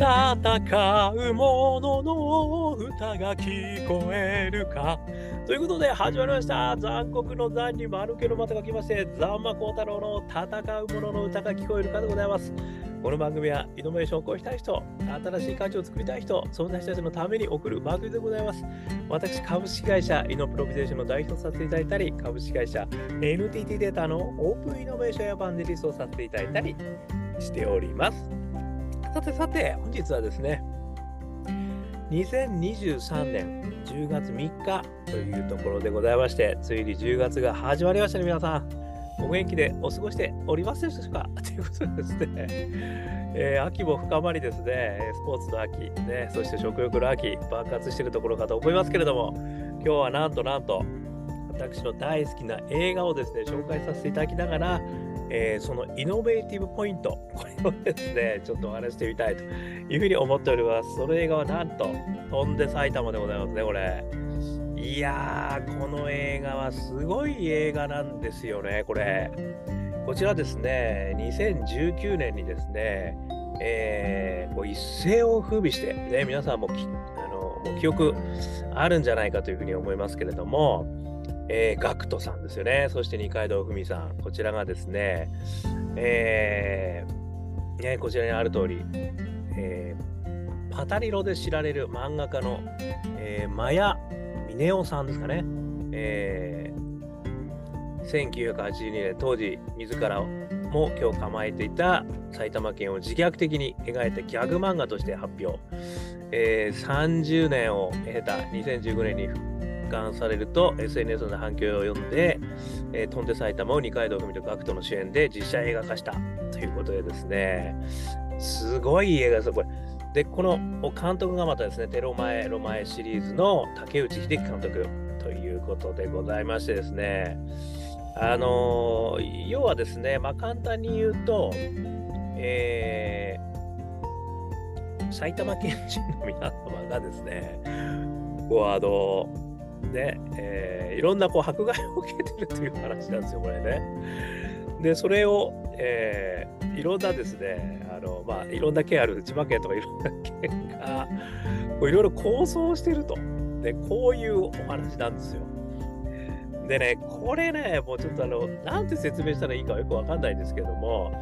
戦う者の歌が聞こえるか。ということで始まりました。残酷の残に丸けのまたが来まして、ザンマコウタロウの戦う者の歌が聞こえるかでございます。この番組はイノベーションを起こしたい人、新しい価値を作りたい人、そんな人たちのために送る番組でございます。私、株式会社イノプロビゼーションの代表させていただいたり、株式会社 NTT データのオープンイノベーションやバンデリストをさせていただいたりしております。さて、本日はですね、2023年10月3日というところでございまして、ついに10月が始まりましたね、皆さん。お元気でお過ごしておりますでしょうかということでですね、秋も深まりですね、スポーツの秋、ね、そして食欲の秋、爆発しているところかと思いますけれども、今日はなんと、私の大好きな映画をですね、紹介させていただきながら、そのイノベーティブポイント、これをですね、ちょっとお話してみたいというふうに思っております。その映画はなんと、翔んで埼玉でございますね、これ。いやー、この映画はすごい映画なんですよね、これ。こちらですね、2019年にですね、こう一世を風靡して、ね、皆さんももう記憶あるんじゃないかというふうに思いますけれども、GACKTさんですよね。そして二階堂ふみさん。こちらがですね、こちらにある通り、パタリロで知られる漫画家の、マヤ・ミネオさんですかね。1982年、当時自らも今日構えていた埼玉県を自虐的に描いたギャグ漫画として発表。30年を経た2015年に刊されると SNS の反響を読んで、翔んで埼玉を二階堂ふみとGACKTの主演で実写映画化したということでですね、すごい映画ですよこれ。でこの監督がまたですね、テロマエロマエシリーズの竹内秀樹監督ということでございましてですね、要はですね、簡単に言うと、埼玉県人の皆様がですね、いろんな迫害を受けてるという話なんですよ、これね。で、それを、いろんなですね、いろんな県ある、千葉県とかいろんな県が、いろいろ構想してると。で、こういうお話なんですよ。でね、これね、もうちょっとなんて説明したらいいかよくわかんないんですけども、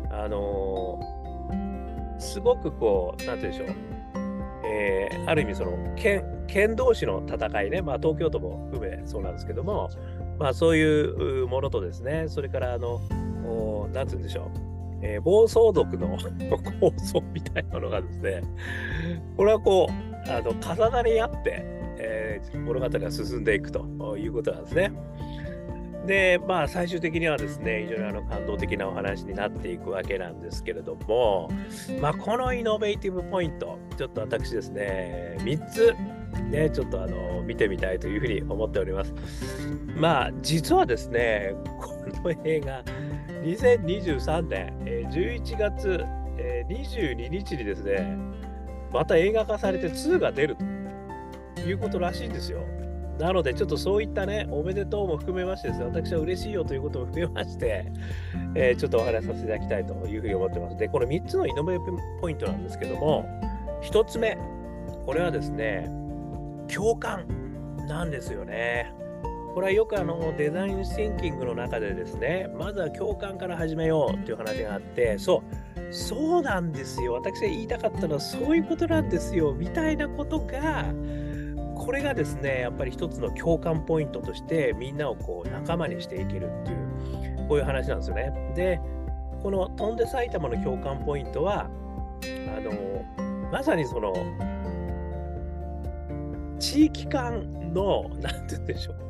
すごくなんて言うんでしょう。ある意味その県同士の戦いね、東京都も含めそうなんですけども、そういうものとですね、それからなんて言うんでしょう、暴走族の構想みたいなのがですね、これは重なり合って、物語が進んでいくということなんですね。で、最終的にはですね、非常に感動的なお話になっていくわけなんですけれども、このイノベーティブポイント、ちょっと私ですね、3つ、ね、ちょっと見てみたいというふうに思っております。実はですね、この映画、2023年11月22日にですね、また映画化されて2が出るということらしいんですよ。なので、ちょっとそういったね、おめでとうも含めましてですね、私は嬉しいよということも含めまして、ちょっとお話しさせていただきたいというふうに思ってます。で、この3つのイノベーティブポイントなんですけども、1つ目、これはですね、共感なんですよね。これはよくデザインシンキングの中でですね、まずは共感から始めようという話があって、そうなんですよ。私が言いたかったのはそういうことなんですよ、みたいなことが、これがですね、やっぱり一つの共感ポイントとしてみんなを仲間にしていけるっていう、こういう話なんですよね。で、この翔んで埼玉の共感ポイントは、まさにその、地域間の、なんて言うんでしょう、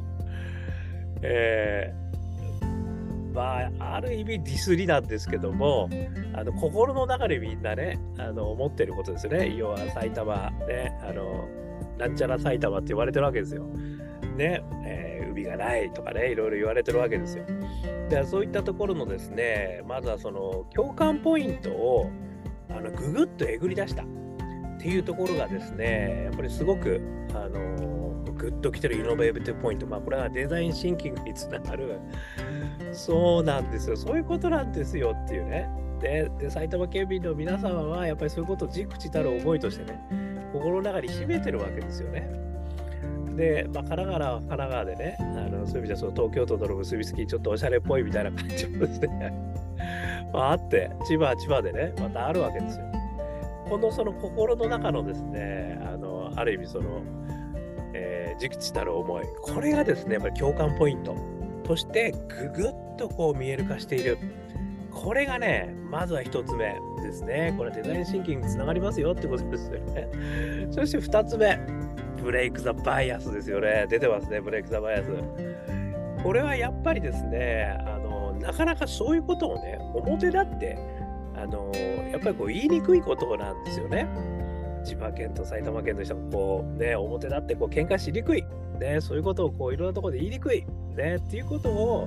ある意味ディスりなんですけども、心の中でみんなね、思ってることですよね。要は埼玉ね、なんちゃら埼玉って言われてるわけですよ。ね、海がないとかね、いろいろ言われてるわけですよ。で、そういったところのですね、まずはその共感ポイントをぐぐっとえぐり出したっていうところがですね、やっぱりすごくグッときてるイノベーティブポイント、これはデザインシンキングにつながる、そうなんですよ、そういうことなんですよっていうね。 で、埼玉県民の皆様はやっぱりそういうことを忸怩たる思いとしてね、心の中に秘めてるわけですよね。で、神奈川は神奈川でね、そういう意味ではその東京都との結びつき、ちょっとおしゃれっぽいみたいな感じもですね、あって、千葉は千葉でね、またあるわけですよ。その心の中のですね、ある意味その、忸怩たる思い、これがですね、やっぱり共感ポイントとしてぐぐっとこう見える化している。これがね、まずは一つ目ですね。これデザインシンキングにつながりますよってことですよね。そして二つ目、ブレイク・ザ・バイアスですよね。出てますね、ブレイク・ザ・バイアス。これはやっぱりですね、なかなかそういうことをね、表立って、やっぱりこう言いにくいことなんですよね。千葉県と埼玉県としてもこうね、表立ってこう喧嘩しにくい、ね、そういうことをこういろんなところで言いにくい、ね、っていうことを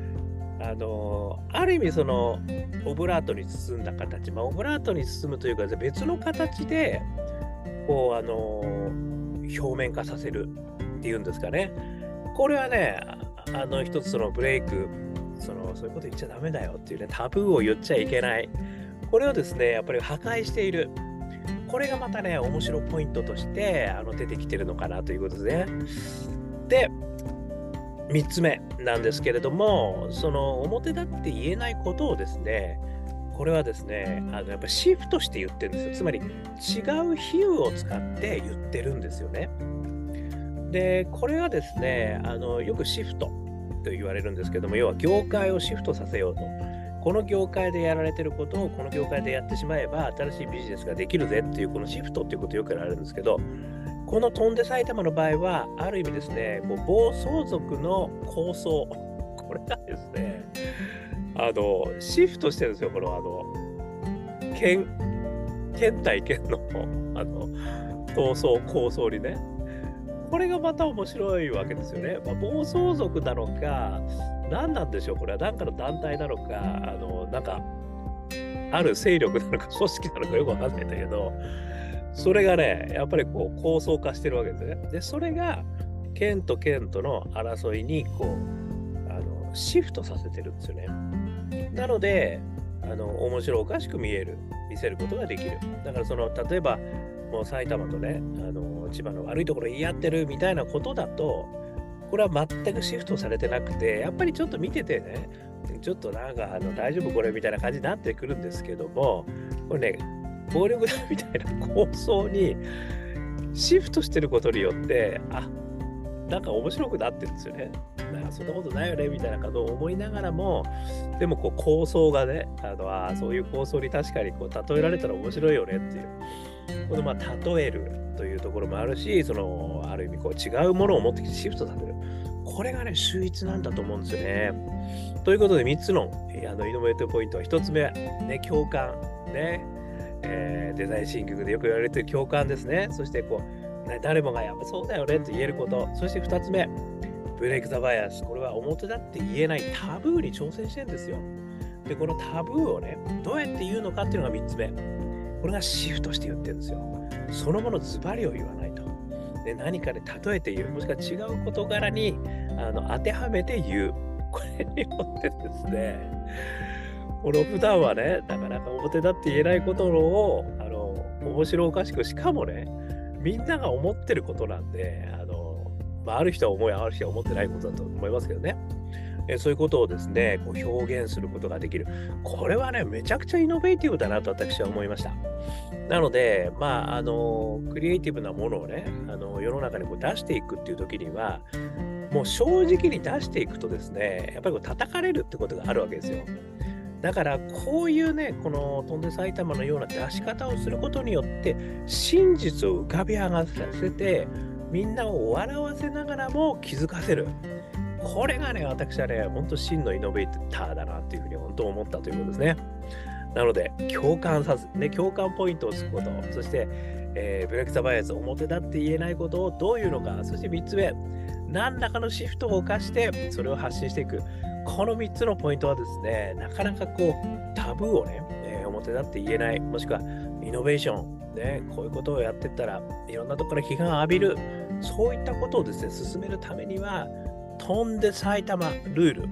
ある意味そのオブラートに包んだ形、オブラートに包むというか別の形でこう表面化させるっていうんですかね。これはね、一つそのブレイク、そういうこと言っちゃダメだよっていうね、タブーを言っちゃいけない。これをですね、やっぱり破壊している。これがまたね、面白いポイントとして出てきてるのかなということですね。で、3つ目なんですけれども、その表立って言えないことをですね、これはですね、やっぱりシフトして言ってるんですよ。つまり違う比喩を使って言ってるんですよね。で、これはですね、よくシフトと言われるんですけども、要は業界をシフトさせようと。この業界でやられてることをこの業界でやってしまえば新しいビジネスができるぜっていうこのシフトっていうことをよくやられるんですけど、この飛んで埼玉の場合はある意味ですね、こう暴走族の構想、これがですね、シフトしてるんですよ。この県対県の闘争構想にね。これがまた面白いわけですよね。暴走族なのか、何なんでしょう、これは何かの団体なのか、なんか、ある勢力なのか、組織なのかよくわかんないんだけど、それがね、やっぱりこう構想化してるわけですよね。で、それが、県と県との争いに、シフトさせてるんですよね。なので、面白おかしく見せることができる。だから例えば、もう埼玉とね、千葉の悪いところ言い合ってるみたいなことだと、これは全くシフトされてなくて、やっぱりちょっと見ててね、ちょっとなんか大丈夫これみたいな感じになってくるんですけども、これね、暴力団みたいな構想にシフトしてることによって、なんか面白くなってるんですよね。なんかそんなことないよねみたいなことを思いながらも、でもこう構想がね、そういう構想に確かにこう例えられたら面白いよねっていう。この例えるというところもあるし、ある意味こう違うものを持ってきてシフトさせる。これがね、秀逸なんだと思うんですよね。ということで3つのイノベーティブポイントは1つ目、ね、共感。ね、デザインシンキングでよく言われている共感ですね。そして誰もがやっぱそうだよねと言えること。そして2つ目、ブレイク・ザ・バイアス。これは表立って言えないタブーに挑戦してるんですよ。で、このタブーをね、どうやって言うのかっていうのが3つ目。これがシフトして言ってるんですよ。そのものズバリを言わないと。で、何かで例えて言う、もしくは違う事柄に当てはめて言う。これによってですね、この普段はね、なかなか表立って言えないことを面白おかしく、しかもね、みんなが思ってることなんで、ある人は思い、ある人は思ってないことだと思いますけどね。そういうことをですね、こう表現することができる。これはね、めちゃくちゃイノベーティブだなと私は思いました。なので、クリエイティブなものをね、世の中にこう出していくっていう時には、もう正直に出していくとですね、やっぱり叩かれるってことがあるわけですよ。だからこういうね、この飛んで埼玉のような出し方をすることによって真実を浮かび上がらせて、みんなを笑わせながらも気づかせる。これがね、私はね、本当真のイノベーターだなっていうふうに本当思ったということですね。なので、共感ポイントをつくこと、そして、ブレイク・ザ・バイアス、表立って言えないことをどういうのか、そして3つ目、何らかのシフトを犯してそれを発信していく。この3つのポイントはですね、なかなかタブーをね、表立って言えない、もしくはイノベーション、ね、こういうことをやっていったらいろんなところから批判を浴びる、そういったことをですね、進めるためには、飛んで埼玉ルール、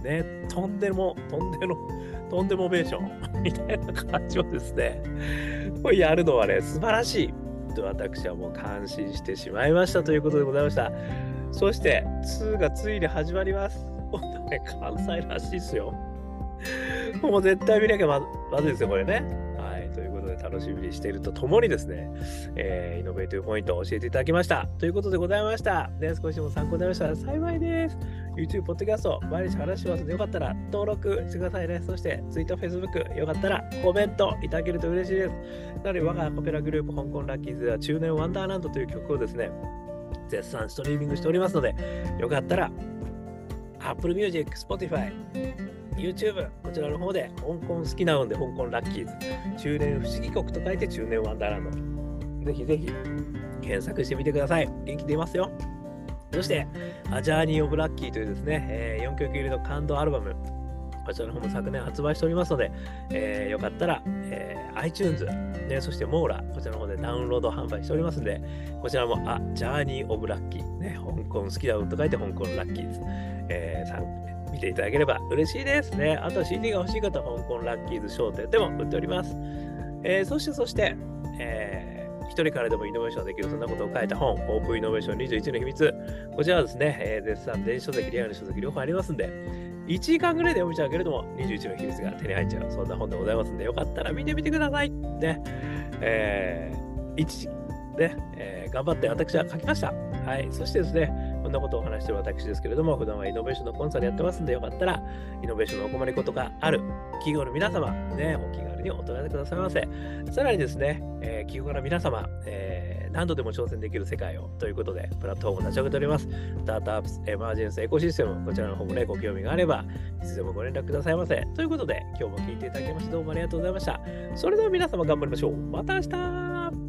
ね、とんでもベーションみたいな感じをですね、これやるのはね、素晴らしいと私はもう感心してしまいましたということでございました。そして、2がついに始まります。ほんとね、関西らしいですよ。もう絶対見なきゃまずいですよ、これね。はい。ということで、楽しみにしているとともにですね、イノベーティブポイントを教えていただきました。ということでございました。で、少しでも参考になりましたら幸いです。YouTube、ポッドキャスト、毎日話しますので、よかったら登録してくださいね。そして、Twitter、Facebook、よかったらコメントいただけると嬉しいです。なので、我がアカペラグループ、香港ラッキーズでは中年ワンダーランドという曲をですね、絶賛ストリーミングしておりますので、よかったら Apple Music、Spotify、YouTube、こちらの方で香港好きなので、香港ラッキーズ、中年不思議国と書いて中年ワンダーランド。ぜひぜひ検索してみてください。元気出ますよ。そして、A Journey of Lucky というですね、4曲入りの感動アルバム、こちらの方も昨年発売しておりますので、よかったら、iTunes、ね、そしてモーラ、こちらの方でダウンロード販売しておりますので、こちらもA Journey of Lucky、ね、香港好きだと書いて香港ラッキーズ、見ていただければ嬉しいですね。あとは CD が欲しい方は香港ラッキーズ商店でも売っております。そして、一人からでもイノベーションできる、そんなことを書いた本、オープンイノベーション21の秘密。こちらはですね、絶賛電子書籍、リアル書籍両方ありますんで、1時間ぐらいで読めちゃうけれども、21の秘密が手に入っちゃう、そんな本でございますんで、よかったら見てみてください。ね。頑張って私は書きました。はい。そしてですね、こんなことをお話している私ですけれども、普段はイノベーションのコンサルやってますんで、よかったら、イノベーションのお困りことがある企業の皆様、ね、お気軽にお問い合わせくださいませ。さらにですね、企業の皆様、何度でも挑戦できる世界をということで、プラットフォームを立ち上げております。スタートアップエマージェンスエコシステム、こちらの方もね、ご興味があれば、いつでもご連絡くださいませ。ということで、今日も聞いていただきまして、どうもありがとうございました。それでは皆様頑張りましょう。また明日。